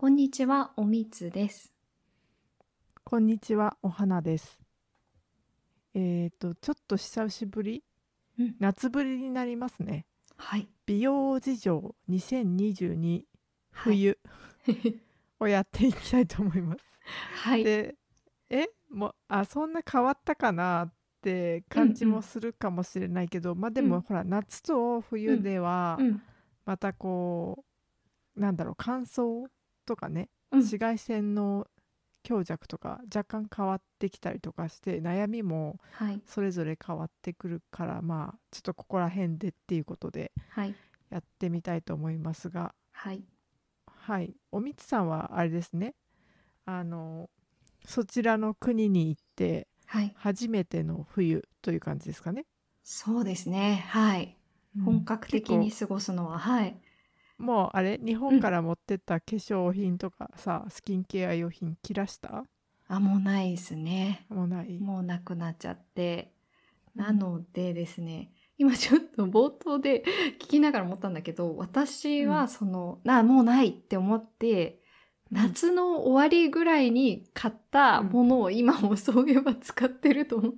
こんにちは、おみつです。 こんにちは、お花です。ちょっと久しぶり、 うん、 夏ぶりになりますね。 はい、 美容事情2022 はい、 冬をやっていきたいと思います。 はい、 で、そんな変わったかなってうん、 感じもうん、 するかもしれないけど、でうん、 もほら、夏と冬うん、 では、 うん、 またこう、乾燥とかね、 うん、 紫外線の強弱とか若干変わってきたりとかして悩みもはい、 それぞれ変わってくるから、ちょっとここら辺でっていうことではい、 やってみたいと思いますが、 はい、 はい、おみつさんはあれですね、あのそちらの国に行ってはい。 初めての冬という感じですかね。 そうですね、はい。本格的に結構過ごすのは、はい。 もうあれ日うん。 本から持ってった化粧品とかさ、スキンケア用品切らした？ あ、もうないですね。 もうない？ もうなくなっちゃって。なうん、 のでですね、今ちょっと冒頭で聞きながら思ったんだけど、私うんはもうないって思って、 うん、 夏の終わりぐらいに買ったうん。 ものを今もそういえば使ってると思って。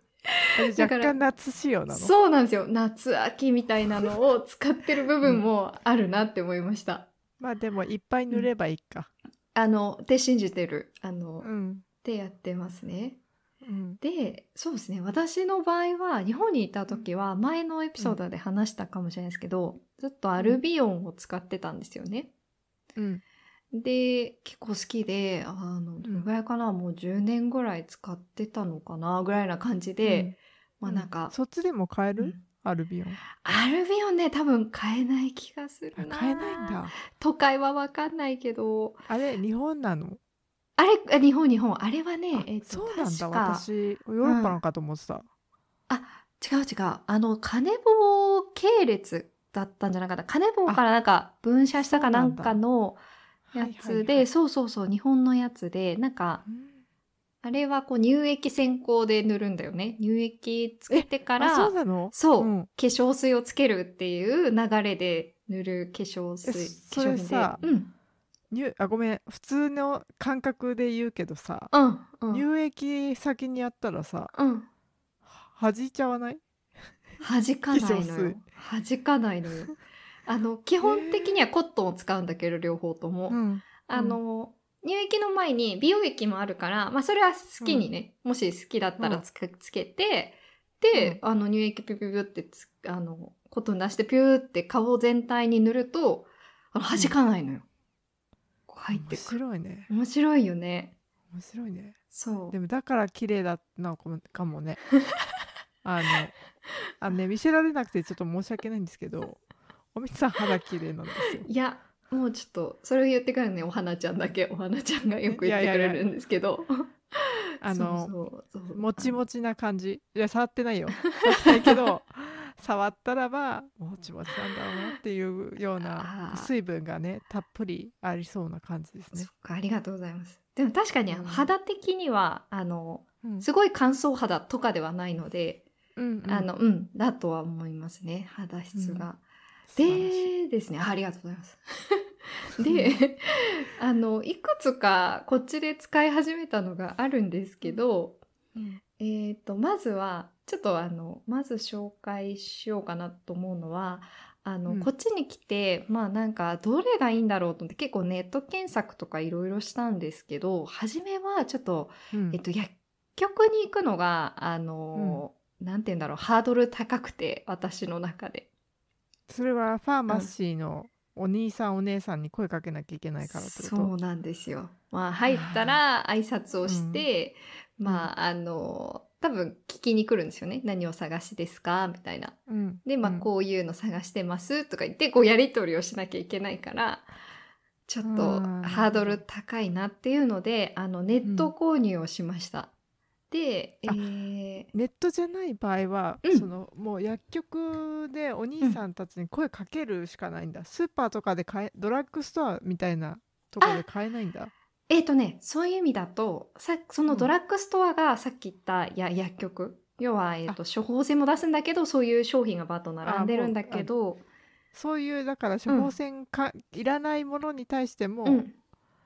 じゃあだから、 若干夏仕様なの？ そうなんですよ。夏、秋みたいなのを使ってる部うん。 分もあるなって思いました。 でもいっぱいうん。 塗ればいいか。 って信じてる。 うん。 ってやってますね。 うん。 で、そうですね。私の場合は、日本にいたうん。 時は、前のエピうん。 ソードで話したかもしれないですけど、ずっとアうん。 ルビオンを使ってたんですよね。 うん。 で、結構好きで、どれうん。 ぐらいかな、もう10年ぐらい使ってたのかな、ぐらいな感じで、 うん。 まあうん。 なんか、 そっちでも買える？ うん。 アルビオン。 アルビオンね、多分買えない気がするあ、買えないんな。 だ。 都会はわかんないけど、 あれ、日本なの？ あれ、日本。あれはね、 あ、そうなんだ。 確か、 私、ヨーうん。 ロッパのかと思ってた。 あ、違う違う。カネボウ系列だったんじゃなかった。カネボウあ、 からなんか分社したそうかなんかなんだ。 のやはいはいつで、 はい。 そうそうそう、日本のやつで、なんか、 うん。 あれはこう乳液先行で塗るんだよね。乳液つけえ、 てかあ、そうら、 なの？ そう、 うん。 化粧水をつけるっていう流れで塗る化そ粧品で。 れさ、 うん。 ごめん。普通の感覚で言うけどさ、 うん、うん、 乳液先にやったらさ、 うん。 弾いちゃわない？ 弾か化ないのよ。 粧水。 弾かないのよ。基へ本的にはえ。 コットンを使うんだけど、両方とも。 うん。うん。 乳液の前に美容液もあるから、まあそれは好うん。 きにね、もし好きだったらうん。 つけて、で、 うん。 乳液ピュピュピュってコットン出してピューって顔全体に塗ると、弾うん。 かないのよ。こう入っ面てくる。 白いね。 面白いよね。 面白いね。 そう。 でもだから綺麗だったのかもね。あの、見せられなくてちょっと申し訳ないんですけど、おみつさん肌綺麗なんですよ。 いや、もうちょっと、それを言ってからね、お花ちゃんがよくい言っやいやいや、 てくれるんですけど。そうあの、 そう、そう。 もちもちな感じ。いや、触ってないよ。触ってないけど、触ったらば、もちもちなんだろうなっていうようなあ水分がね、たっぷりありそうな感じですあ、そね。 っか、ありがとうございます。でも確かにうん。 肌的には、 うん。 すごい乾燥肌とかではないので、 うんうん。 だとは思いますね、肌うん。 質が。 素晴らしい。 でですね、ありがとうございます。 うん。 で、いくつかこっちで使い始めたのがあるんですうん。 けど、 うん。 まずは、ちょっとまず紹介しようかなと思うのは、 うん。 こっちに来て、まあなんか、どれがいいんだろうと思って結構ネット検索とかいろいろしたんですけど、初めはちょっと、 うん。 薬局に行くのが、 うん。 なんて言うんだろう、ハードル高くて、私の中で。 それはファーマうん。 シーのお兄さんお姉さんに声かけなきゃいけないからってこと？ そうなんですよ。まあ入ったあら挨拶をあー、うん。 して、 うん。 まあ多分聞きに来るんですよね。何を探しですかみたいな。 うん。 で、まあうん。 こういうの探してますとか言って、こうやり取りをしなきゃいけないから、ちょっあとあ、なるハードルほど。 高いなっていうので、ネットうん。 購入をしました。で、 あ、ネットじゃない場合は、 うん。 もう薬局でお兄うん。 さんたちに声かけるしかないんだ。スーパーとかでドラッグストアみたいなとこであ、 買えないんだ。 そういう意味だと、そのドうん。 ラッグストアがさっき言った薬局。要は、 あ、 処方箋も出すんだけど、そういう商品がバッと並んでるんだもう、 けど、 そういう、だから処方うん、 箋いらないものに対しても、 うん。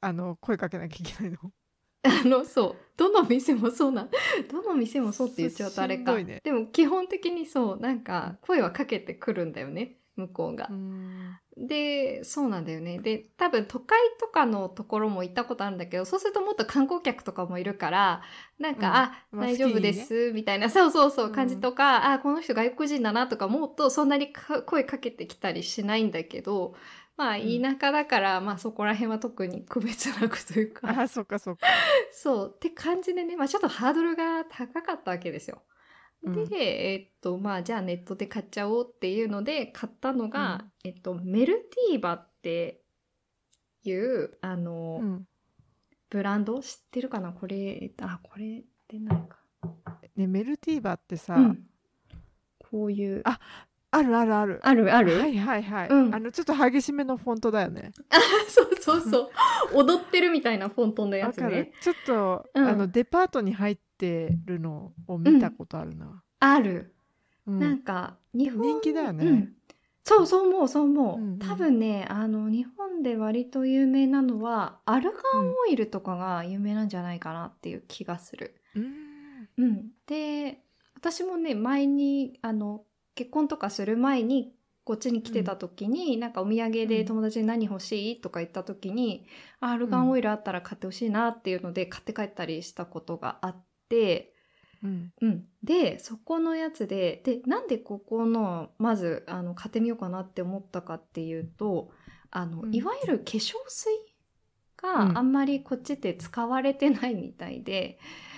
声かけなきゃいけないの？ そうどの店もそうどの店もそうって言っちゃうとあれか。 しんどいね。 でも基本的にそうなんか声はかけてくるんだよね向こうが。でそうなんだよね。で多分都会とかのところも行ったことあるんだけど、そうするともっと観光客とかもいるからなんか、 まあ大丈夫で好きにね。 すみたいなそうそうそううん感じとか、この人外国人だなとかもっとそんなに声かけてきたりしないんだけど、まあ田舎だから、まあそこら辺は特に区別なくというかそっかそっか。 そうって感じでね、まあちょっとハードルが高かったわけですよ。で、まあじゃあネットで買っちゃおうっていうので買ったのが、メルティーバっていうブランド知ってるかなこれ、これ出ないか。 ね、メルティーバってさ、 こういう。 あるあるある。 あるあるはいはいはい。ちょっと激しめのフォントだよね。 そうそうそう。踊ってるみたいなフォントのやつね。 わかる。ちょっと、デパートに入ってるのを見たことあるな。 ある。なんか、 人気だよね。 そう思う。多分ね、日本で割と有名なのは、アルガンオイルとかが有名なんじゃないかなっていう気がする。で、私もね、前に、結婚とかする前に、こっちに来てた時に、なんかお土産で友達に何欲しいとか言った時に、アルガンオイルあったら買ってほしいなっていうので買って帰ったりしたことがあって、でそこのやつでなんでここのまず買ってみようかなって思ったかっていうといわゆる化粧水があんまりこっちって使われてないみたいで、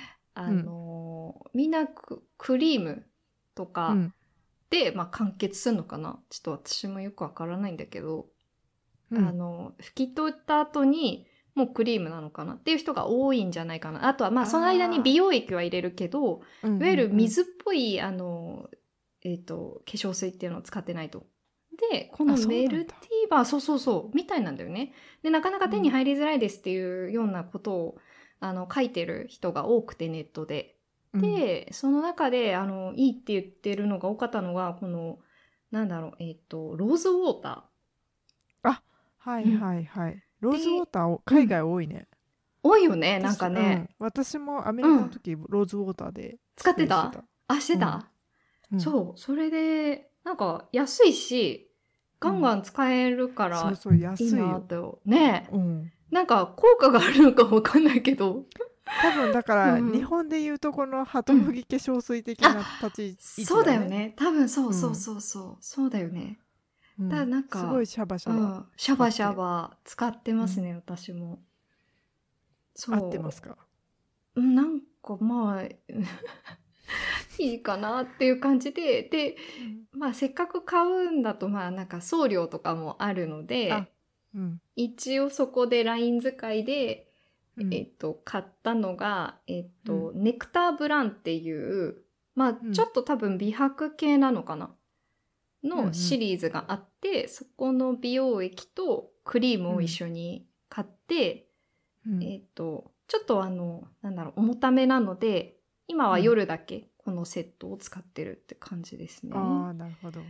みんなクリームとかで、完結するのかな、ちょっと私もよくわからないんだけど、拭き取った後にもうクリームなのかなっていう人が多いんじゃないかな。あとはその間に美容液は入れるけど、いわゆる水っぽい化粧水っていうのを使ってないと。でこのメルティーバーそうみたいなんだよね。でなかなか手に入りづらいですっていうようなことを書いてる人が多くてネットで。でその中でいいって言ってるのが多かったのがこのなんだろうローズウォーター。 はい。ローズウォーター海外多いね。 多いよね、なんかね。 私もアメリカの時、ローズウォーターで使ってた。してた、そう、それでなんか安いしガンガン使えるからいいなと。ね、なんか効果があるのか分かんないけど多分だから日本でいうとこのハトムギ化粧水的な立ち位置だね。 そうだよね、多分そうだよね。だなんかすごいシャバシャバ使ってますね、私も。 合ってますか？ なんかまあいいかなっていう感じで、せっかく買うんだとなんか送料とかもあるので、一応そこでライン使いで、買ったのが、ネクターブランっていうちょっと多分美白系なのかなのシリーズがあって、そこの美容液とクリームを一緒に買って、ちょっとなんだろう重ためなので今は夜だけこのセットを使ってるって感じですね。 なるほど。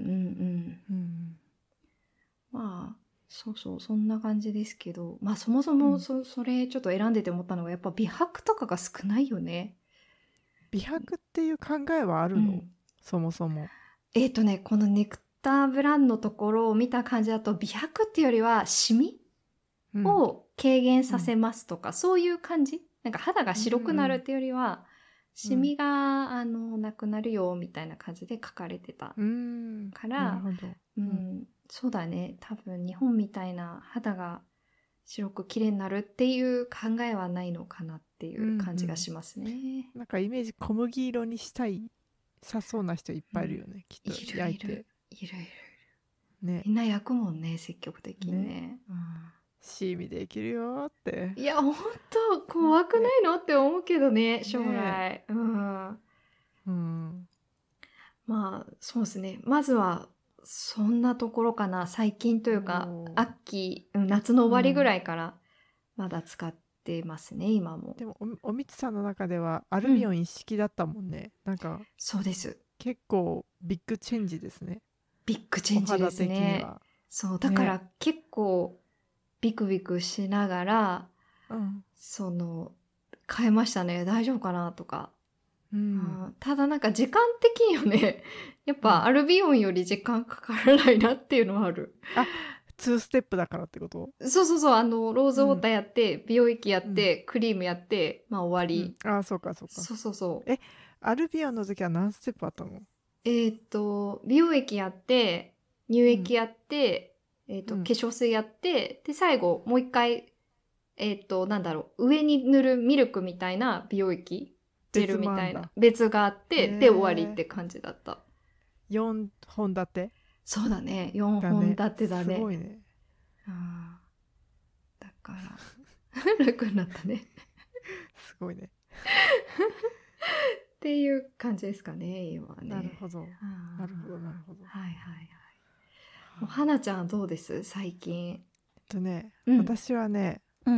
そうそんな感じですけど、そもそもそれちょっと選んでて思ったのがやっぱ美白とかが少ないよね。 美白っていう考えはあるの？そもそも。 このネクターブランのところを見た感じだと美白っていうよりはシミを軽減させますとか、そういう感じ。なんか肌が白くなるっていうよりは、シミがなくなるよみたいな感じで書かれてたから、そうだね、多分日本みたいな肌が白く綺麗になるっていう考えはないのかなっていう感じがしますね。 なんかイメージ小麦色にしたいさそうな人いっぱいいるよね、きっと焼いて。 いるね、みんな焼くもんね、積極的にね。 シミできるよって。 いやほんと怖くないのって思うけどね、将来。そうですね、まずはそんなところかな。最近というか夏の終わりぐらいからまだ使ってますね、今も。 でもおみつさんの中ではアルビオン一式だったもんね。なんかそうです。 結構ビッグチェンジですね。 ビッグチェンジですね。そうだから結構ビクビクしながら、変えましたね。大丈夫かなとか。ただなんか時間的にはね、やっぱアルビオンより時間かからないなっていうのはある。 2ステップだからってこと？ そうそうそう、ローズウォーターやって、美容液やって、クリームやって、まあ終わり。 そうかそうか。 そうそうそう。 アルビオンの時は何ステップあったの？ 美容液やって、乳液やって、化粧水やって、で、最後、もう一回、上に塗るミルクみたいな美容液、ジェルみたいな、別があって、で、終わりって感じだった。 4本立て？ そうだね、4本立てだね。 すごいね。 だから、楽になったね。 すごいね。 っていう感じですかね、今はね。 なるほど。なるほど、なるほど。 はいはいはい。花ちゃんどうです最近？ 私はね、化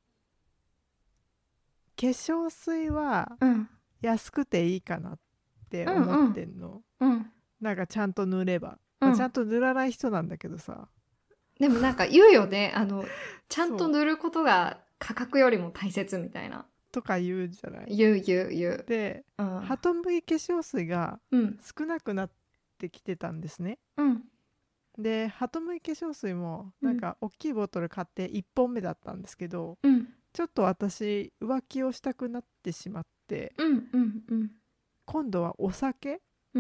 粧水は安くていいかなって思ってんの。なんかちゃんと塗れば。ちゃんと塗らない人なんだけどさ。 でもなんか言うよね。ちゃんと塗ることが価格よりも大切みたいな。 とか言うじゃない。 言う。 で、ハトムギ化粧水が少なくなってきてたんですね。で、ハトムギ化粧水もなんか大きいボトル買って1本目だったんですけど、ちょっと私浮気をしたくなってしまって、今度はお酒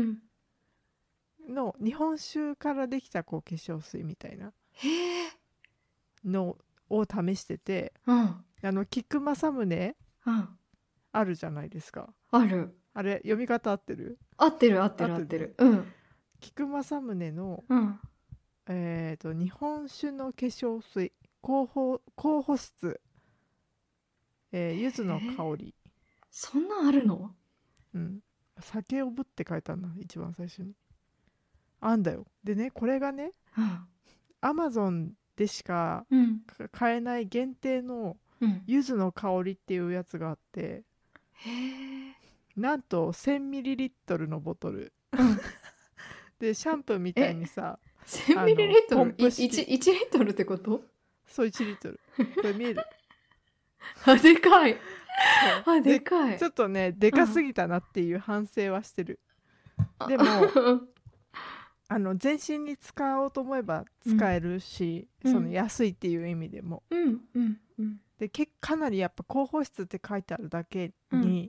の日本酒からできた化粧水みたいなのを試してて、菊正宗あるじゃないですか。 ある。 あれ読み方合ってる？ 合ってる。 菊正宗の、日本酒の化粧水高保湿、柚子の香り。 そんなんあるの？ 酒をぶって書いたんだ、一番最初に。あんだよ。でね、これがね、アマゾンでしか買えない限定の柚子の香りっていうやつがあって、なんと 1000ml のボトル、でシャンプーみたいにさ、 1000ml？ ポンプ式。 1リットルってこと？ そう、1リットル。これ見える？ でかい。でかい。 ちょっとね、でかすぎたなっていう反省はしてる。でも全身に使おうと思えば使えるし、その安いっていう意味でも。でかなりやっぱ高保湿って書いてあるだけに、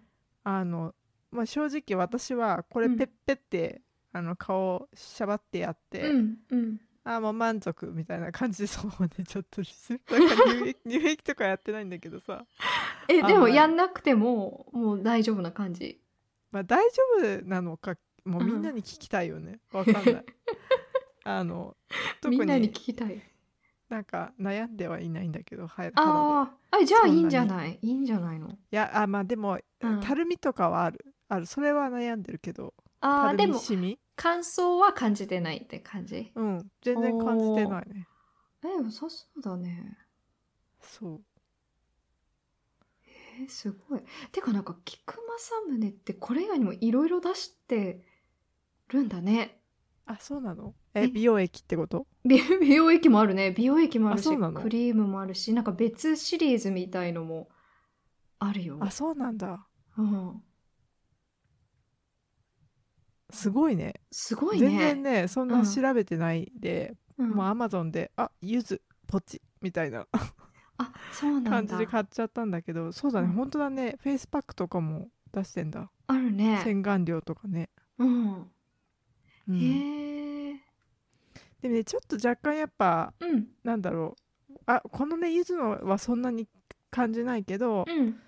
正直私はこれペッペって、顔しゃばってやって、もう満足みたいな感じで、そうね、ちょっとなんか乳液とかやってないんだけどさ。 でもやんなくてももう大丈夫な感じ？ 大丈夫なのかもうみんなに聞きたいよね。わかんない。 みんなに聞きたい。 なんか悩んではいないんだけど、肌で。 じゃあいいんじゃない？いいんじゃないの？ いや、でも、たるみとかはある。それは悩んでるけど。 でも乾燥は感じてないって感じ？ 全然感じてないね。 良さそうだね。 そう。 すごい。てかなんか菊正宗ってこれ以外にもいろいろ出してるんだね。 そうなの？美容液ってこと？ 美容液もあるね。美容液もあるし、クリームもあるし、なんか別シリーズみたいのもあるよ。 そうなんだ。すごいね。 すごいね。 全然ね、そんな調べてないで、もうアマゾンで柚子ポチみたいなそうなんだ感じで買っちゃったんだけど、そうだね、本当だね。フェイスパックとかも出してんだ。 あるね。 洗顔料とかね。 へえ。 でもね、ちょっと若干やっぱ、なんだろう、このね柚子のはそんなに感じないけど、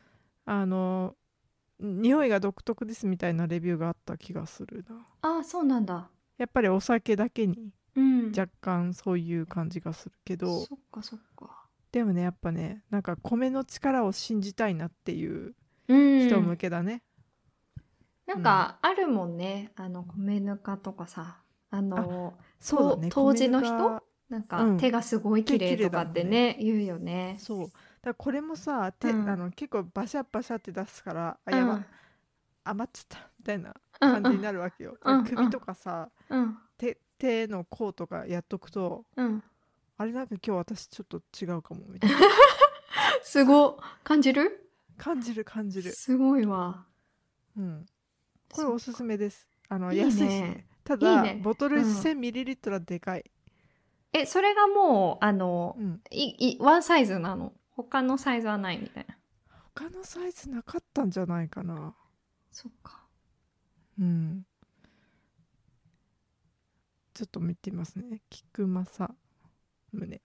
匂いが独特ですみたいなレビューがあった気がするな。 そうなんだ。 やっぱりお酒だけに若干そういう感じがするけど、 そっか。 でもね、やっぱね、なんか米の力を信じたいなっていう人向けだね。 なんかあるもんね、米ぬかとかさ、 そうだね、 当時の人なんか手がすごい綺麗とかってね、言うよね。 そうだからこれもさ、結構バシャバシャって出すから、やば余っちゃったみたいな感じになるわけよ。首とかさ、手の甲とかやっとくと、 あれなんか今日私ちょっと違うかもみたいなすご感じる感じる感じる。 すごいわ。 うん。これおすすめです。 いい安いしね。 ね。 ただいいね。 ボトル 1000ml はでかい。 それがもうワンサイズなの？他のサイズはないみたいな。 他のサイズなかったんじゃないかな。 そっか。 うん。ちょっと見てみますね。菊正宗。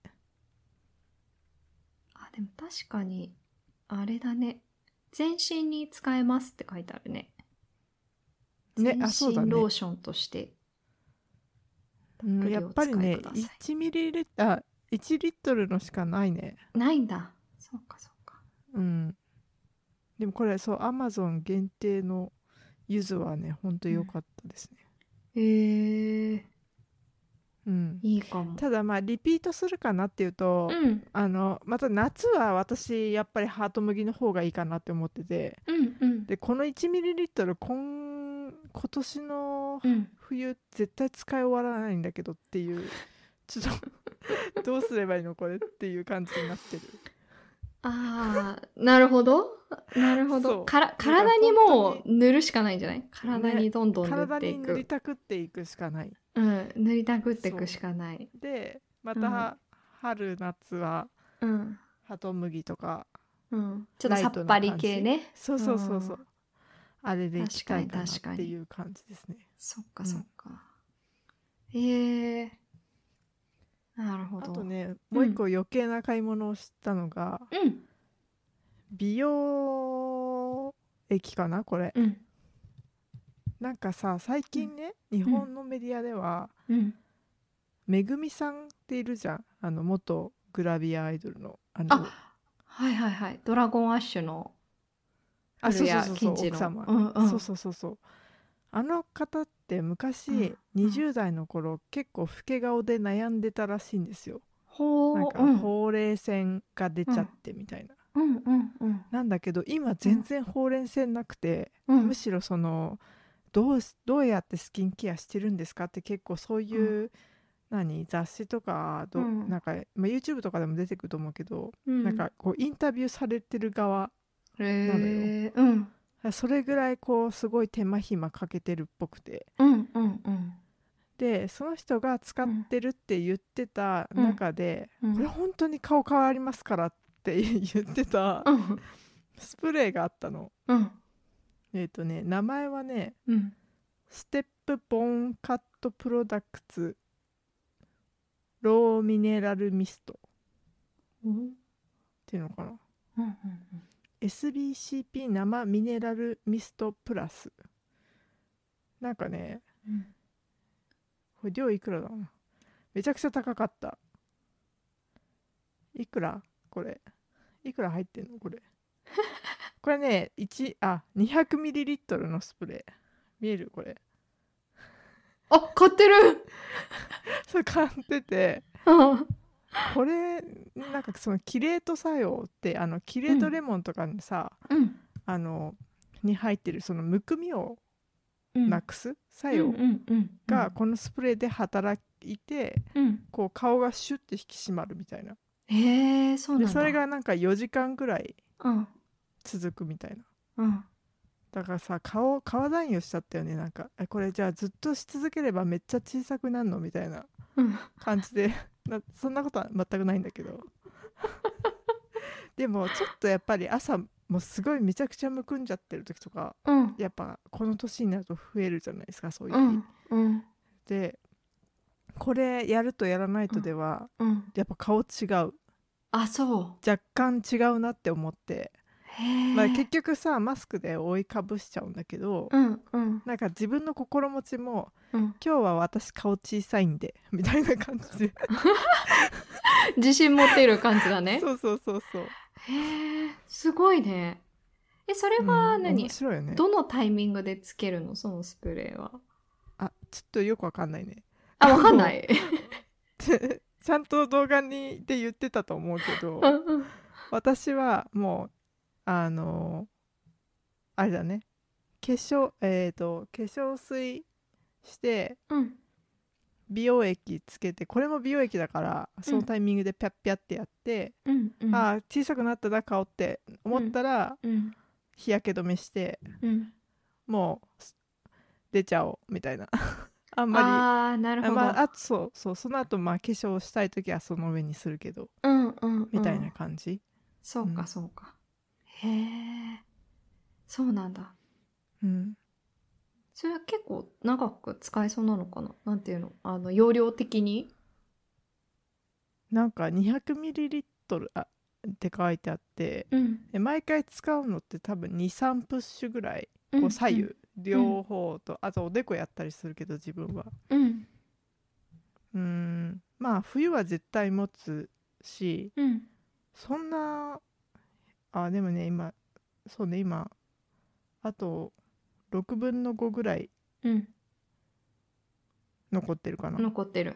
あ、でも確かにあれだね。全身に使えますって書いてあるね。 ね、 全そうだね。 身ローションとしてたっぷりお使いください。 1ミリリッター、1リットルのしかないね。 ないんだ。そうかそうか。 うん。でもこれそう、アマゾン限定の柚子はね、ほんと良かったですね。うん、 いいかも。 ただまあリピートするかなっていうと、また夏は私やっぱりハート麦の方がいいかなって思ってて、でこの 1ml 今年の冬、絶対使い終わらないんだけどっていう、ちょっとどうすればいいのこれっていう感じになってる。 ああ、なるほど。なるほど。体にもう塗るしかないんじゃない？体にどんどん塗っていく。 体に塗りたくっていくしかない。 塗りたくっていくしかない。 で、また、春夏は、ハトムギとか、 ちょっとさっぱり系ね。 そうそうそうそう。あれでいきたいかなっていう感じですね。 そっかそっか。なるほど。 あとね、もう一個余計な買い物をしたのが、美容液かなこれ。なんかさ、最近ね、日本のメディアでは、めぐみさんっているじゃん。元グラビアアイドルの。 はいはいはい。ドラゴンアッシュの古谷金次の奥様。そうそうそうそう。あの方って昔、20代の頃結構老け顔で悩んでたらしいんですよ。なんかほうれい線が出ちゃってみたいな。なんだけど今全然ほうれい線なくて、むしろどうやってスキンケアしてるんですかって結構そういう、雑誌とかなんか、YouTube とかでも出てくると思うけど、なんかこうインタビューされてる側なのよ。それぐらいすごい手間暇かけてるっぽくて、でその人が使ってるって言ってた中で、これ本当に顔変わりますからって言ってたスプレーがあったの。名前はね、ステップボーンカットプロダクツローミネラルミストっていうのかな、SBCP 生ミネラルミストプラス。なんかね、これ量いくらだな。めちゃくちゃ高かった。いくらこれ。いくら入ってんのこれ。これね、200ml のスプレー。見えるこれ。 あ、買ってるそれ買ってて、これ、なんかそのキレート作用って、キレートレモンとかにさ、に入ってるそのむくみをなくす作用がこのスプレーで働いて、こう顔がシュッて引き締まるみたいな。 そうなんだ。 でそれがなんか4時間ぐらい続くみたいな。だからさ、顔談義しちゃったよね。なんかこれじゃあずっとし続ければめっちゃ小さくなるのみたいな感じでそんなことは全くないんだけどでもちょっとやっぱり朝もうすごいめちゃくちゃむくんじゃってる時とか、やっぱこの年になると増えるじゃないですか、そういう日、でこれやるとやらないとでは、やっぱ顔違う。若干違うなって思って、結局さマスクで覆いかぶしちゃうんだけど、なんか自分の心持ちも、今日は私顔小さいんでみたいな感じで自信持っている感じだね。 そうそうそうそう。 へえ、すごいね。それは面白いよね。 どのタイミングでつけるのそのスプレーは。 ちょっとよくわかんないね。 わかんないちゃんと動画で言ってたと思うけど私はもうあれだね、化粧水して、 美容液つけて、これも美容液だからそのタイミングでピャッピャってやって、ああ小さくなったな顔って思ったら、日焼け止めして、もう出ちゃおうみたいなあんまり。 なるほど。 あとそうその後化粧したい時はその上にするけど、みたいな感じ。 そうかそうか。へえ、そうなんだ。それは結構長く使えそうなのかな。なんていうの、容量的に。 なんか 200ml って書いてあって、で毎回使うのって多分 2,3 プッシュぐらい、こう左右、両方と、あとおでこやったりするけど自分は。まあ冬は絶対持つし、そんなでもね今あと6分の5ぐらい残ってるかな。 残ってる。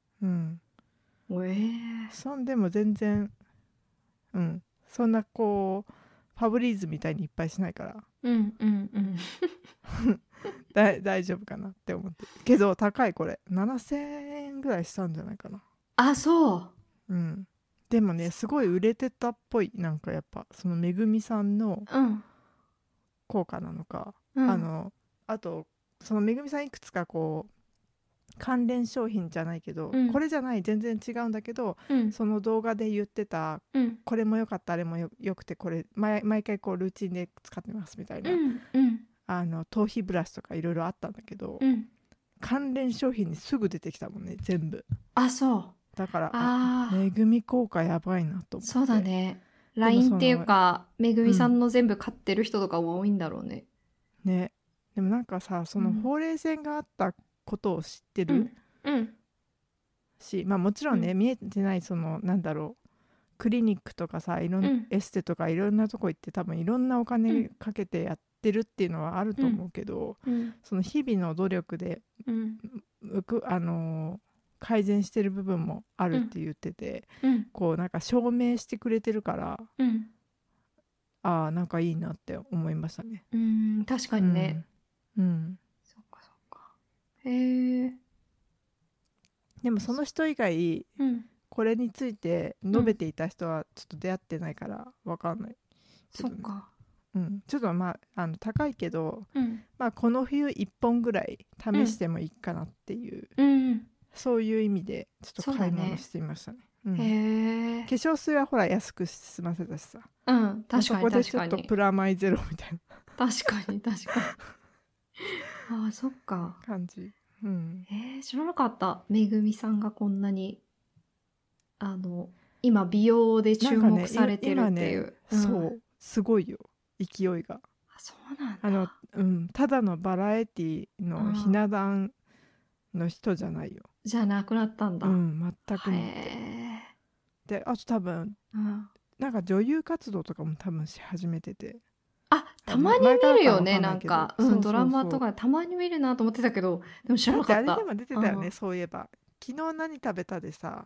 でも全然そんなこうファブリーズみたいにいっぱいしないから大丈夫かなって思ってるけど、高い。これ7,000円ぐらいしたんじゃないかな。 あ、そう。 でもねすごい売れてたっぽい。なんかやっぱそのめぐみさんの効果なのか、あとそのめぐみさんいくつかこう関連商品じゃないけど、これじゃない全然違うんだけど、その動画で言ってた、これもよかったあれも よくて、これ毎回こうルーチンで使ってますみたいな、頭皮ブラシとかいろいろあったんだけど、関連商品にすぐ出てきたもんね全部。 あ、そうだからめぐみ効果やばいなと思って。 そうだね。LINE っていうかめぐみさんの全部買ってる人とかも多いんだろうね。 ね。でもなんかさ、そのほうれい線があったことを知ってるし、まあもちろんね、見えてないそのなんだろう、クリニックとかさ、エステとかいろんなとこ行って多分いろんなお金かけてやってるっていうのはあると思うけど、その日々の努力で、改善してる部分もあるって言ってて、こうなんか証明してくれてるから、なんかいいなって思いましたね。 確かにね。そっかそっか。へえ。 でもその人以外、これについて述べていた人はちょっと出会ってないから分かんないけど、ね。 そっか。 ちょっとまあ高いけど、まあこの冬1本ぐらい試してもいいかなっていう、そういう意味でちょっと買い物してみましたね。 へえ。 化粧水はほら安く済ませたしさ。 確かにそこでちょっとプラマイゼロみたいな。 確かにそっか。 感じ。 知らなかった。めぐみさんがこんなに今美容で注目されてるっていう。 そうすごいよ勢いが。 そうなんだ。 ただのバラエティのひな壇の人じゃないよ。 じゃなくなったんだ。 全くもって。であと多分、なんか女優活動とかも多分し始めてて。 たまに見るよね。なんかドラマとかたまに見るなと思ってたけど、でも知らなかった。 あれでも出てたよね、そういえば。昨日何食べたでさ、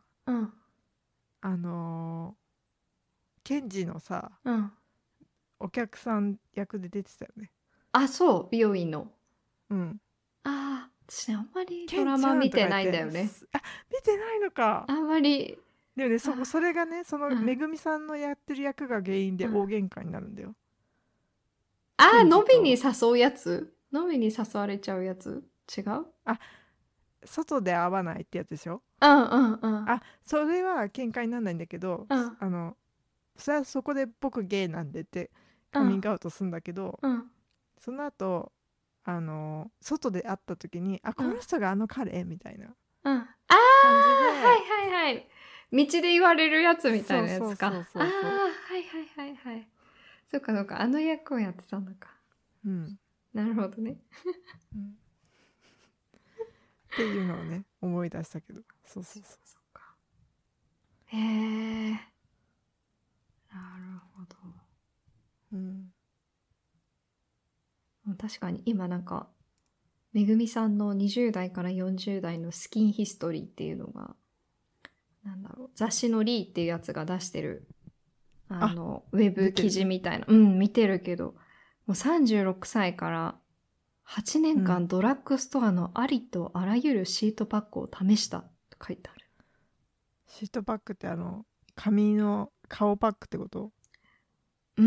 ケンジのさ、お客さん役で出てたよね。 そう、美容院の。私あんまりドラマ見てないんだよね。 見てないのか。 あんまり。 でもね、それがね、そのめぐみさんのやってる役が原因で大喧嘩になるんだよ。 飲みに誘うやつ？飲みに誘われちゃうやつ？違う？ 外で会わないってやつでしょ。それは喧嘩にならないんだけど、それはそこで僕ゲイなんでってカミングアウトするんだけど、その後外で会った時にこの人が彼みたいな感じで、 道で言われるやつみたいなやつか。そうかそうか、あの役をやってたのか。なるほどね。 っていうのをね思い出したけど、そうか。へえ。なるほど。確かに今なんかめぐみさんの20代から40代のスキンヒストリーっていうのがなんだろう、雑誌のリーっていうやつが出してるウェブ記事みたいな見てるけど、もう36歳から 8年間ドラッグストアのありとあらゆるシートパックを試したと書いてある。 シートパックって紙の顔パックってこと？ うん。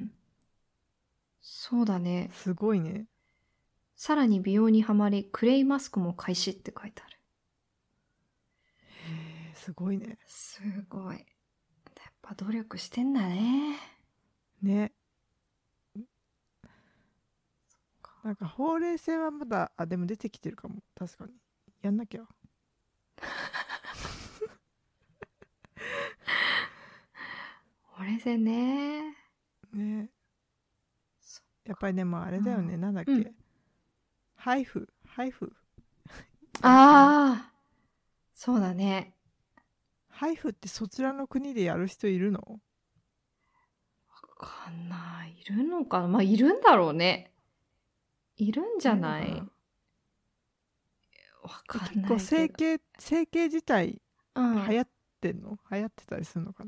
そうだね。 すごいね。 さらに美容にはまり、クレイマスクも開始って書いてある。 へえ、すごいね。 すごい。やっぱ努力してんだね。 ね。なんかほうれい線はまだ、でも出てきてるかも。確かに。やんなきゃ。 ほうれい線ね。 ね。やっぱりでもあれだよね。なんだっうんけ。ハイフ。 ああ、そうだね。 ハイフってそちらの国でやる人いるの？ わかんない。いるのかな。まあ、いるんだろうね。いるんじゃない？わかんないけど。 結構整形自体うん、 流行ってんの？流行ってたりするのかな？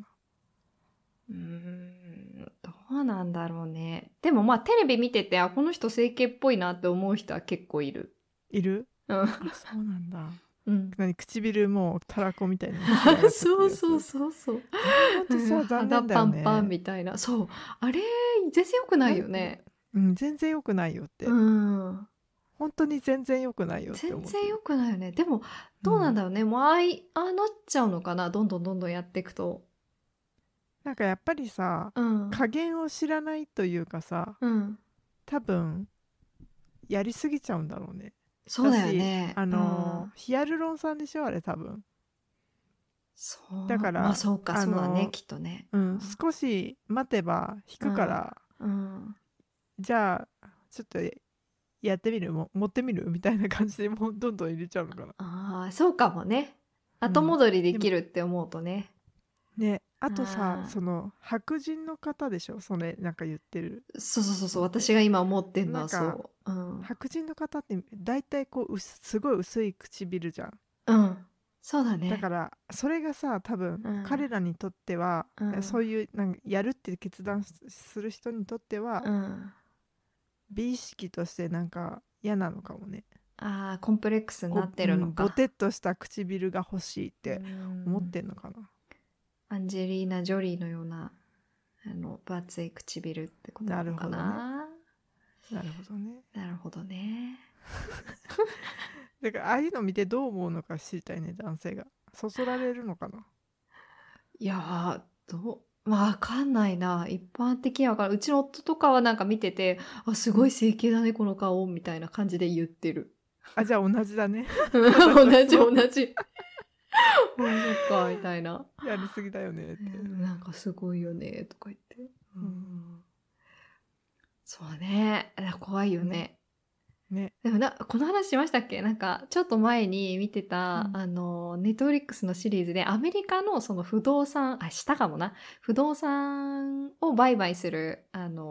どうなんだろうね。でもまあテレビ見てて、この人整形っぽいなって思う人は結構いる。 いる？ うん。 そうなんだ。 うん。 唇もうたらこみたいにそうそうそうそう。 あれほんとさ、残念だよね。 肌パンパンみたいな。そう。あれ、全然良くないよね。 全然良くないよって。 うん。 本当に全然良くないよって思って。 全然良くないよね。でも、どうなんだろうね。もうなっちゃうのかな。どんどんやっていくと。 なんかやっぱりさ、加減を知らないというかさ、多分やりすぎちゃうんだろうね。 そうだよね。 ヒアルロン酸でしょあれ多分。 そうだからまあそうか、そうだね、きっとね。 少し待てば引くから、じゃあちょっとやってみる？持ってみる？みたいな感じでもうどんどん入れちゃうのかな。 ああ、そうかもね。後戻りできるって思うとね。 ね、あとさ、その白人の方でしょ、それなんか言ってる。 そう、私が今思ってんのはそう。白人の方って大体こうすごい薄い唇じゃん。 そうだね。 だからそれがさ、多分、彼らにとっては、そういうなんかやるって決断する人にとっては、美意識としてなんか嫌なのかもね。 コンプレックスになってるのか。 ボテッとした唇が欲しいって思ってんのかな。 アンジェリーナ・ジョリーのような分厚い唇ってことなのかな。 なるほどね。 なるほどね。 だからああいうの見てどう思うのか知りたいね、男性が。そそられるのかな。 いやわかんないな。一般的にはわかる。うちの夫とかはなんか見てて、すごい整形だね、この顔、みたいな感じで言ってる。 じゃあ同じだね。 同じ。そっか、みたいな。 やりすぎだよねって。 なんかすごいよね、とか言って。そうね。怖いよね。 ね。 でもこの話しましたっけ？なんかちょっと前に見てた、ネットフリックスのシリーズでアメリカのその不動産、したかもな。不動産を売買する、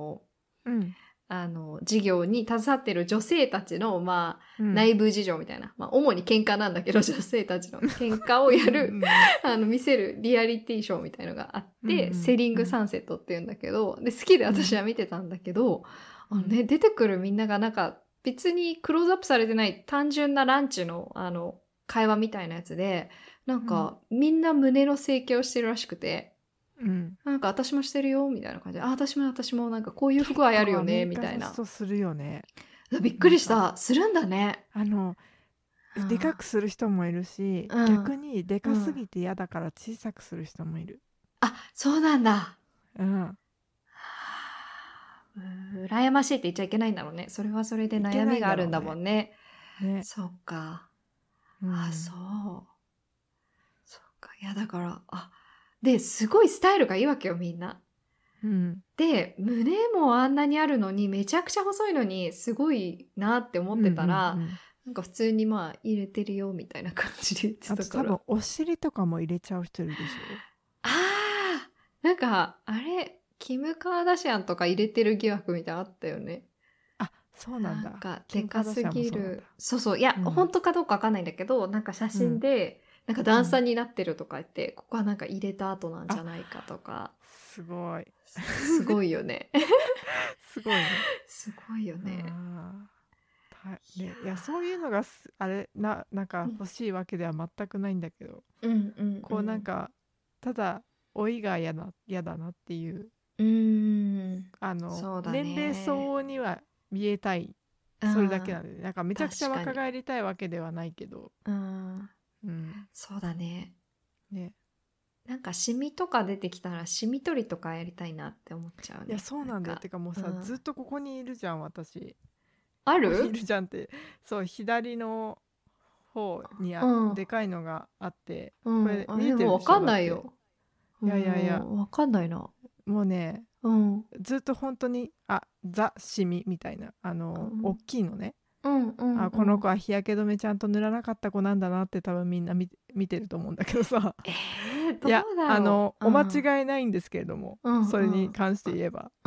事業に携わってる女性たちの、内部事情みたいな。主に喧嘩なんだけど、女性たちの喧嘩をやる、見せるリアリティショーみたいのがあって、セリングサンセットって言うんだけど、で、好きで私は見てたんだけど、出てくるみんながなんか、別にクローズアップされてない単純なランチの会話みたいなやつで、なんか、みんな胸の整形をしてるらしくて、なんか私もしてるよみたいな感じで、私もなんかこういう服はやるよねみたいな。 そうするよね。 びっくりした。するんだね。 でかくする人もいるし、逆にでかすぎて嫌だから小さくする人もいる。 そうなんだ。羨ましいって言っちゃいけないんだろうね。それはそれで悩みがあるんだもんね。そっか。そうか。いや、だから、で、すごいスタイルがいいわけよ、みんな。で、胸もあんなにあるのに、めちゃくちゃ細いのに、すごいなって思ってたら、なんか普通に入れてるよ、みたいな感じで言ってたから。 多分、お尻とかも入れちゃう人いるでしょ。 なんか、あれ、キム・カーダシアンとか入れてる疑惑みたいなのあったよね。 そうなんだ。 なんか、でかすぎる。そう。いや、本当かどうかわかんないんだけど、なんか写真で、なんか段差になってるとか言って、ここはなんか入れた後なんじゃないかとか。 すごい。 すごいよね。 すごいね。 すごいよね。 はいね、いやそういうのがなんか欲しいわけでは全くないんだけど、こうなんかただ老いが嫌だなっていう、 そうだ年齢相ね。 応には見えたい、それだけなんで、なんかめちゃくちゃ若返りたいわけではないけど、 そうだね。 ね、 なんかシミとか出てきたらシミ取りとかやりたいなって思っちゃうね。 いやそうなんだよ。てかもうさ、ずっとここにいるじゃん私。 ある？ ここにいるじゃんって、そう左の方にでかいのがあって、これ見えてるでしょ？ でもわかんないよ。 いやいやいや、 わかんないな。 もうね、ずっと本当にザシミみたいな大きいのね。この子は日焼け止めちゃんと塗らなかった子なんだなって多分みんな見てると思うんだけどさ。 どうだろう、お間違いないんですけれども、それに関して言えば、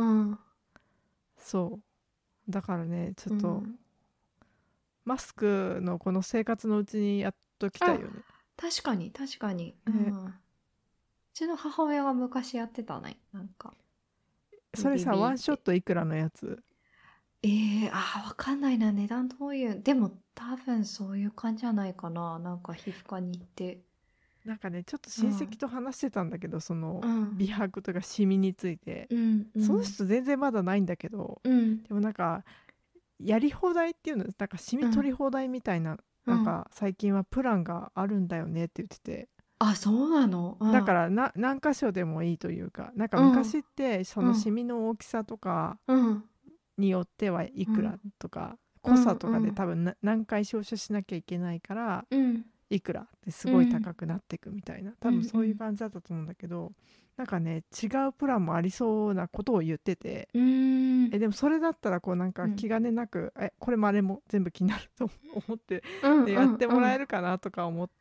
そうだからね、ちょっと、マスクのこの生活のうちにやっときたいよね。 確かに確かに、うちの母親が昔やってたね。なんかそれさ、ワンショットいくらのやつ？ わかんないな、値段どういう。でも多分そういう感じじゃないかな。なんか皮膚科に行って。 なんかね、ちょっと親戚と話してたんだけど、その美白とかシミについて、その人全然まだないんだけど、でもなんかやり放題っていうの、なんかシミ取り放題みたいな、なんか最近はプランがあるんだよねって言ってて。 あ、そうなの？ だから何箇所でもいいというか、なんか昔ってそのシミの大きさとかによってはいくらとか、濃さとかで多分何回照射しなきゃいけないから、いくらってすごい高くなっていくみたいな、多分そういう感じだったと思うんだけど、なんかね違うプランもありそうなことを言ってて、でもそれだったらこうなんか気兼ねなく、これもあれも全部気になると思って、でやってもらえるかなとか思って、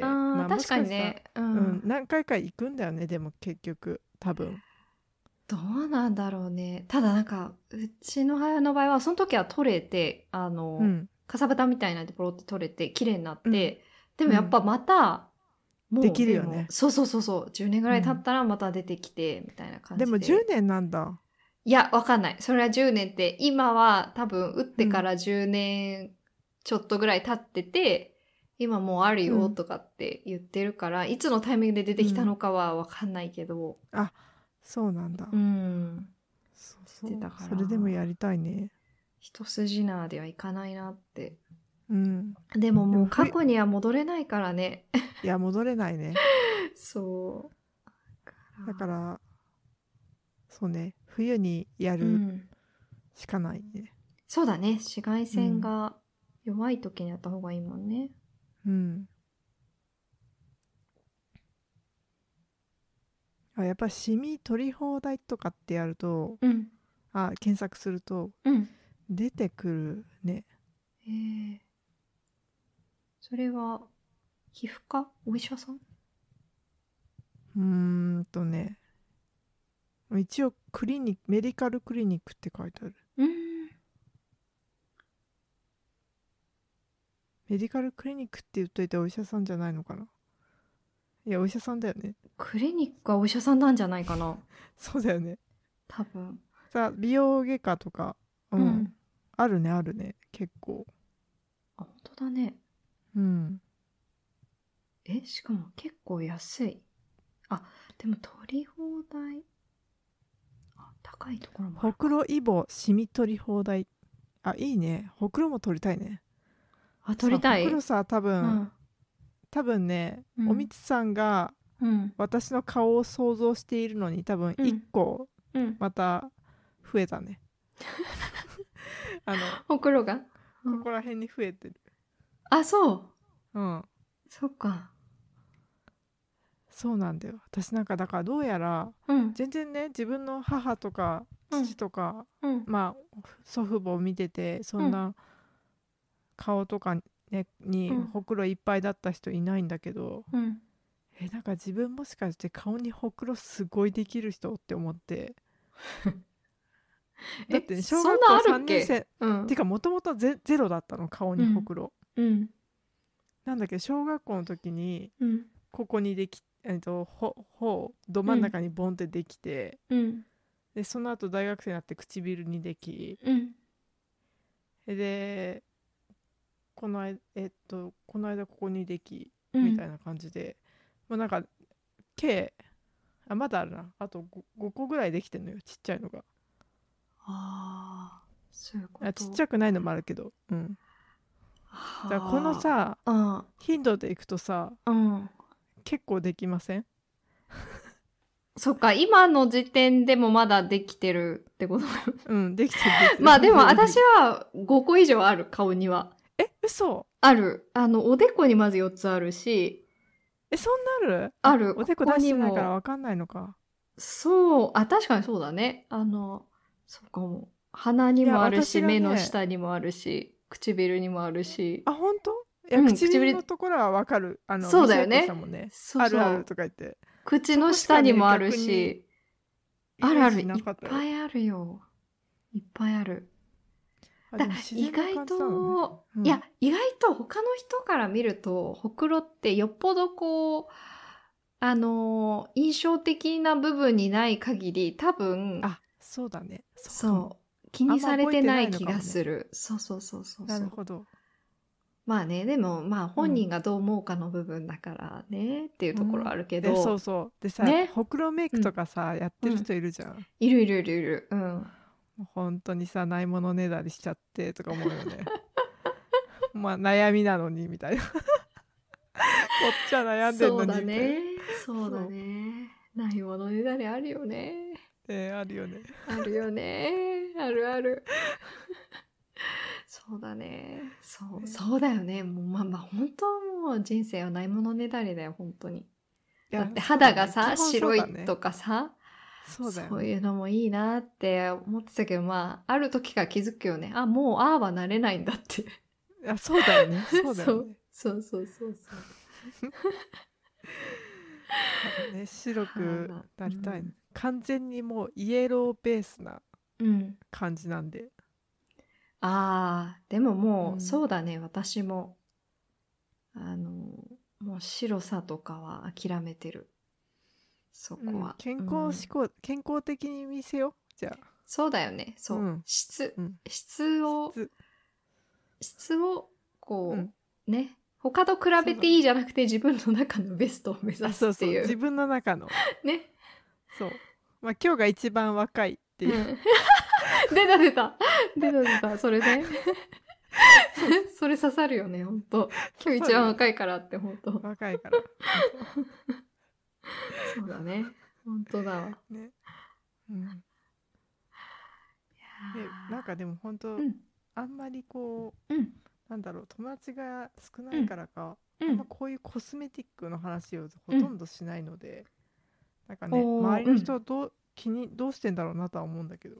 まあもしかしたら、何回か行くんだよね、でも結局多分。 どうなんだろうね。ただなんかうちの母の場合はその時は取れて、かさぶたみたいなでポロって取れて綺麗になって、でもやっぱまた、もうできるよね。 そう10年ぐらい経ったらまた出てきて、みたいな感じで。 でも10年なんだ。 いや、わかんない。それは10年って、今は多分打ってから10年ちょっとぐらい経ってて、今もうあるよとかって言ってるから、いつのタイミングで出てきたのかはわかんないけど。 あ、そうなんだ。 そうそれでもやりたいね。 一筋縄ではいかないなって。 でももう過去には戻れないからね。 いや戻れないね。 そう。 だからそうね、冬にやるしかないね。 そうだね、紫外線が弱い時にやった方がいいもんね。 やっぱシミ取り放題とかってやると、検索すると、出てくるね。 それは皮膚科？お医者さん？ ね、一応メディカルクリニックって書いてある。メディカルクリニックって言っといてお医者さんじゃないのかな。いやお医者さんだよね。 クリニックはお医者さんなんじゃないかな。 そうだよね、 多分。 さ、美容外科とか、あるね結構。 あ、本当だね。しかも結構安い。あ、でも取り放題。高いところもある。 ほくろイボシミ取り放題。いいね。ほくろも取りたいね。 取りたい。 ほくろさ、多分ね、おみつさんが私の顔を想像しているのに多分1個また増えたね。 ほくろがここら辺に増えてる。 あ、そう。 うん。 そっか。 そうなんだよ。私なんかだからどうやら、全然ね、自分の母とか父とか、まあ祖父母を見ててそんな顔とかにほくろいっぱいだった人いないんだけど、なんか自分もしかして顔にほくろすごいできる人って思ってだって、ね、小学校3年生っていうかもともとゼロだったの、顔にほくろ、なんだけど小学校の時にここにでき頬ど真ん中にボンってできて、でその後大学生になって唇にでき、でこの間ここにできみたいな感じで、もうなんか計まだあるな、あと 5個ぐらいできてんのよ、ちっちゃいのが。 ああ、そういうこと。 ちっちゃくないのもあるけど、だからこのさ、頻度でいくとさ、結構できません？ そっか、今の時点でもまだできてるってことできてる。 まあでも私は5個以上ある、顔には。 嘘？ ある。おでこにまず4つあるし。 そんなる？ ある。 おでこ出してないから分かんないのか。 そう。確かにそうだね。そうかも。鼻にもあるし、目の下にもあるし、唇にもあるし。 本当？いや、唇のところは分かる。 そうだよね。 そうあるあるとか言って。 口の下にもあるし。あるある。いっぱいあるよ。いっぱいある。意外と、いや、意外と他の人から見ると、ほくろってよっぽどこう、印象的な部分にない限り、多分、 そうだね。 そう。気にされてない気がする。そう。 なるほど。 まあね、でもまあ本人がどう思うかの部分だからね、っていうところあるけど。 そう。でさ、ほくろメイクとかさ、やってる人いるじゃん。 いる。 本当にさ、ないものねだりしちゃってとか思うよね。まあ悩みなのにみたいな。こっちは悩んでんのにみたいな。 そうだね。ないものねだりあるよね。 あるよね。 ある。そうだね。そうだよね。もうまあ本当もう人生はないものねだりだよ、本当に。だって肌がさ、白いとかさ、そういうのもいいなって思ってたけど、まあ、ある時から気づくよね。もうはなれないんだって。 そうだよね。 そう。 白くなりたい、完全にもうイエローベースな感じなんで。 でももう、そうだね、私も。もう白さとかは諦めてる。そこは。 健康的に見せよう、じゃあ。 そうだよね。そう。質を、こう、ね。他と比べていいじゃなくて、自分の中のベストを目指すっていう。 自分の中の。 ね。 そう。まあ今日が一番若いっていう。 出た。それね。それ刺さるよね、ほんと。今日一番若いからって、ほんと。 若いから。 そうだね。ほんとだわ。 ね。なんかでもほんと、あんまりこう、なんだろう、友達が少ないからか、あんまこういうコスメティックの話をほとんどしないので、なんかね、周りの人はどうしてんだろうなとは思うんだけど。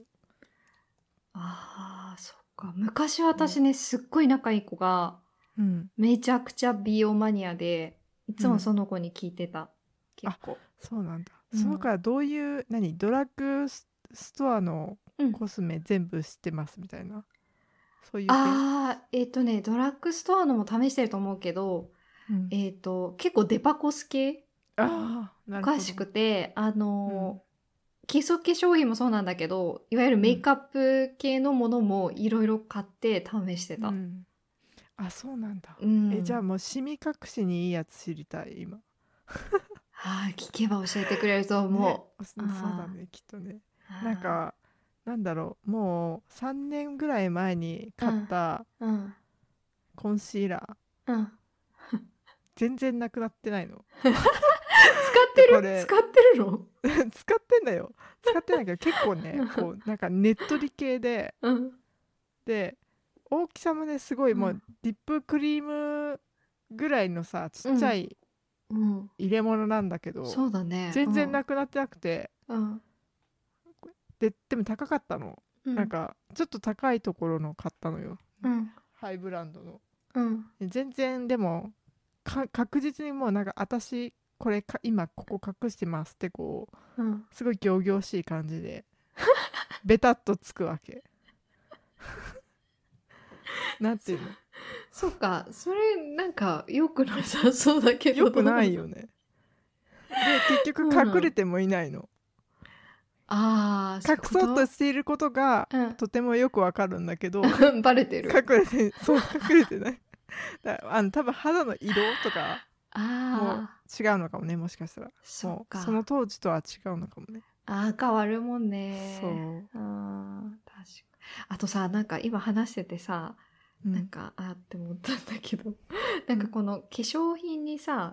そっか。昔私ね、すっごい仲いい子が、めちゃくちゃ美容マニアで、いつもその子に聞いてた。結構。 そうなんだ。その子はどういう、ドラッグストアのコスメ全部知ってますみたいな。そういうドラッグストアのも試してると思うけど、結構デパコス系詳しくて、基礎化粧品もそうなんだけど、いわゆるメイクアップ系のものもいろいろ買って試してた。 そうなんだ。じゃあもうシミ隠しにいいやつ知りたい、今。 聞けば教えてくれると思う。 そうだね、きっとね。なんか、なんだろう、もう3年ぐらい前に買ったコンシーラー、全然なくなってないの。 使ってるの使ってんだよ。使ってないけど結構ね、こうなんかねっとり系で、で大きさもねすごい、もうリップクリームぐらいのさ、ちっちゃい入れ物なんだけど、 そうだね、 全然なくなってなくて、でも高かったの、なんかちょっと高いところの買ったのよ、ハイブランドの、全然でも確実にもうなんか私これ今ここ隠してますってこう、すごい仰々しい感じでベタっとつくわけ。なんていうの。 そっか、それなんか良くなさそうだけど。 良くないよね。で結局隠れてもいないの。隠そうとしていることがとてもよくわかるんだけど、 バレてる。 隠れてない。 多分肌の色とかもう違うのかもね、もしかしたら。 そうか。 その当時とは違うのかもね。 変わるもんね。 そう。 確か。あとさ、なんか今話しててさ、なんか、って思ったんだけど、なんかこの化粧品にさ、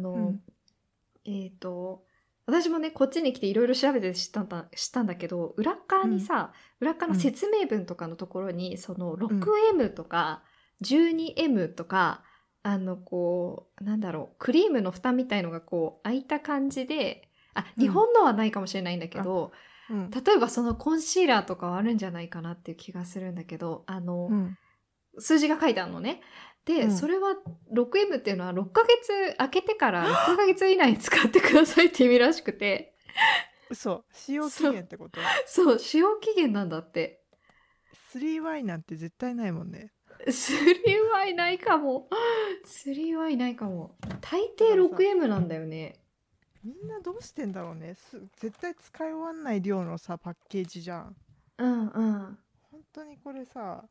私もね、こっちに来ていろいろ調べて知ったんだけど、裏側にさ、裏側の説明文とかのところに、その 6M とか 12M とか、こう、なんだろう、クリームの蓋みたいのがこう、開いた感じで、日本のはないかもしれないんだけど、例えばそのコンシーラーとかはあるんじゃないかなっていう気がするんだけど、数字が書いてあるのね。で、それは 6M っていうのは6ヶ月空けてから6ヶ月以内に使ってくださいって意味らしくて。 嘘、使用期限ってこと？ そう、使用期限なんだって。 3Y なんて絶対ないもんね。 3Y ないかも。3Y ないかも。大抵 6M なんだよね。 みんなどうしてんだろうね。絶対使い終わんない量のさ、パッケージじゃん。本当にこれさ、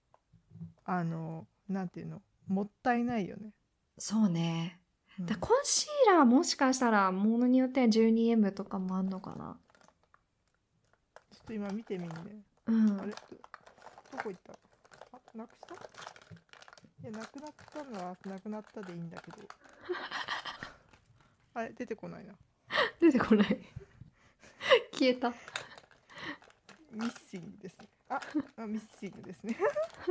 なんていうの、もったいないよね。 そうね。コンシーラーもしかしたらものによっては 12M とかもあんのかな。 ちょっと今見てみんね。あれ、どこ行った？なくした？いや、なくなったのはなくなったでいいんだけど。あれ、出てこないな。 出てこない。消えた。 ミッシングですね。ミッシングですね。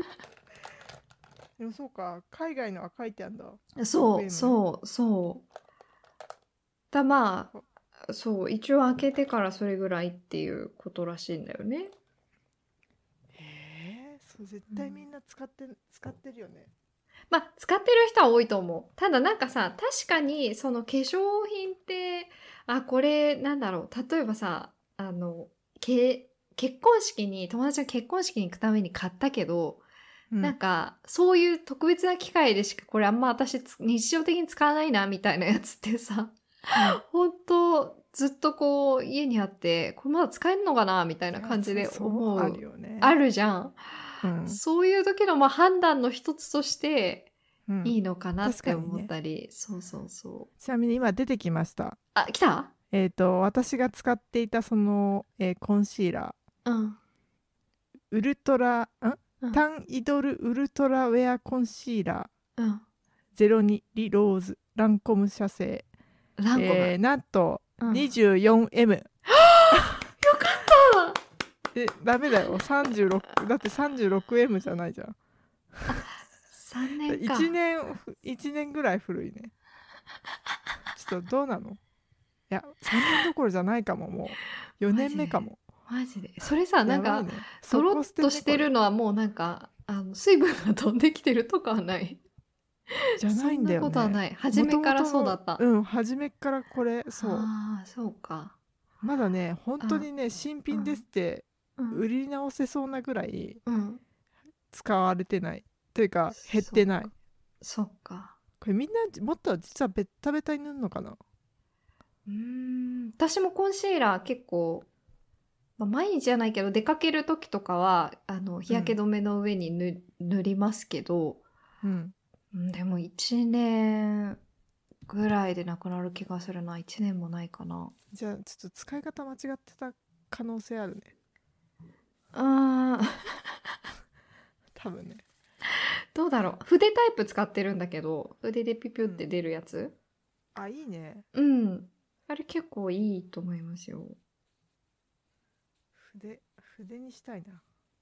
でもそうか、海外のは書いてあるんだ。 そう。まあ、そう、一応開けてからそれぐらいっていうことらしいんだよね。 そう絶対みんな使ってるよね。 まあ、使ってる人は多いと思う。ただなんかさ、確かにその化粧品って、これなんだろう。例えばさ、友達の結婚式に行くために買ったけど、なんか、そういう特別な機会でしかこれあんま私日常的に使わないなみたいなやつってさ、本当ずっとこう家にあって、これまだ使えるのかなみたいな感じで思う。 あるよね。 あるじゃん。そういう時の判断の一つとしていいのかなって思ったり。そう。 ちなみに今出てきました。 来た？ 私が使っていたその、コンシーラー。ウルトラ、タンイドルウルトラウェアコンシーラー。02リローズランコム社製。なんと 24M。よかったダメだよ。36だって 36M じゃないじゃん。 3年か。 1年ぐらい古いね。ちょっとどうなの？いや3年どころじゃないかも。もう4年目かも。 マジでそれさ、なんかドロッとしてるのはもうなんか水分が飛んできてるとかはない？ じゃないんだよね。 そんなことはない。初めからそうだった。 初めからこれ。 そうか。 まだね本当にね新品ですって売り直せそうなぐらい使われてないというか減ってない。 そっか。 これみんなもっと実はベッタベタに塗るのかな。 私もコンシーラー結構、毎日じゃないけど出かける時とかは日焼け止めの上に塗りますけど、でも1年ぐらいでなくなる気がするな。1年もないかな。 じゃあちょっと使い方間違ってた可能性あるね。多分ね。 どうだろう。筆タイプ使ってるんだけど、筆でピピュって出るやつ。 いいね。 あれ結構いいと思いますよ。 筆にしたいな。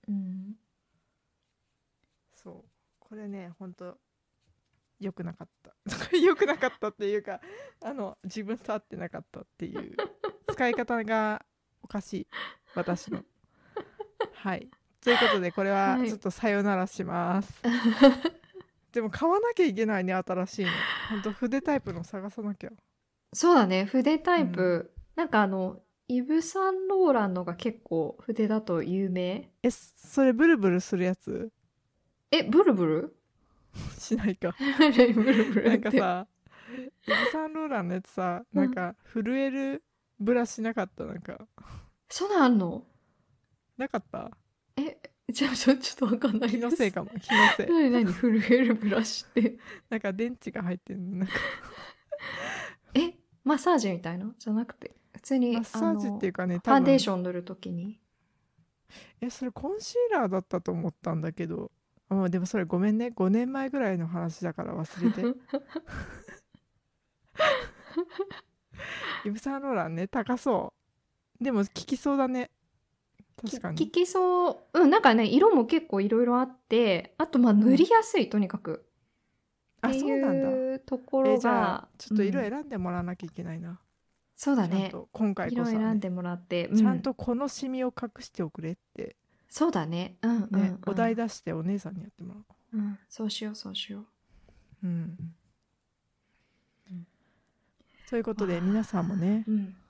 そうこれねほんと良くなかった良くなかったっていうか自分と合ってなかったっていう使い方がおかしい私のはいということでこれはちょっとさよならします、でも買わなきゃいけないね新しいの。ほんと筆タイプの探さなきゃ。 そうだね筆タイプ、なんかイヴ・サンローランのが結構筆だと有名。 それブルブルするやつ？ ブルブルしないかブルブルなんかさイヴ・サンローランのやつさ、なんか震えるブラシなかった？なんかそんなんあんの？ なかった？ ちょっとわかんないです。 気のせいかも、気のせい。 何震えるブラシって。 なんか電池が入ってるなんかマッサージみたいなじゃなくて、普通にマッサージっていうかね、 ファンデー多分ション塗るときに。 それコンシーラーだったと思ったんだけど、でもそれごめんね、5年前ぐらいの話だから忘れて。イヴ・サンローランね、高そう。でも効きそうだね。確かに。 効きそう。なんかね、色も結構いろいろあって、あと塗りやすい、とにかく。っていうところじゃあが、 ちょっと色選んでもらわなきゃいけないな。 そうだね。 ちゃんと今回こそは、 色選んでもらって、 ちゃんとこのシミを隠しておくれって。 そうだね。 お題出してお姉さんにやってもらおう。 そうしよう、そうしよう。ということで皆さんもね、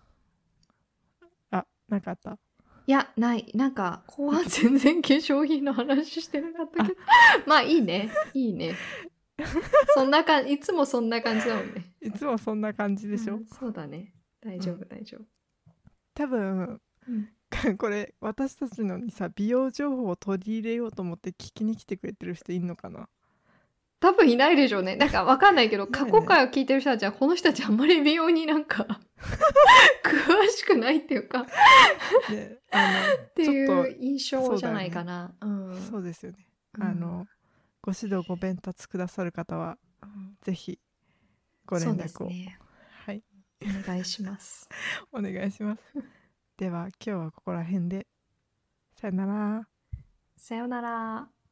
なかった？ いや、ない。なんか後半全然化粧品の話してなかったけどまあいいね、いいね。そんな感じ、いつもそんな感じだもんね。 いつもそんな感じでしょ。 そうだね。大丈夫、大丈夫。 多分、これ私たちのにさ、美容情報を取り入れようと思って聞きに来てくれてる人いんのかな？ 多分いないでしょうね。なんかわかんないけど、過去回を聞いてる人たちはこの人たちあんまり美容になんか詳しくないっていうかっていう印象じゃないかな。 そうですよね。ご指導ご鞭達くださる方は、ぜひご連絡を。はい。 お願いします。 お願いします。では今日はここら辺で。さよなら。 さよなら。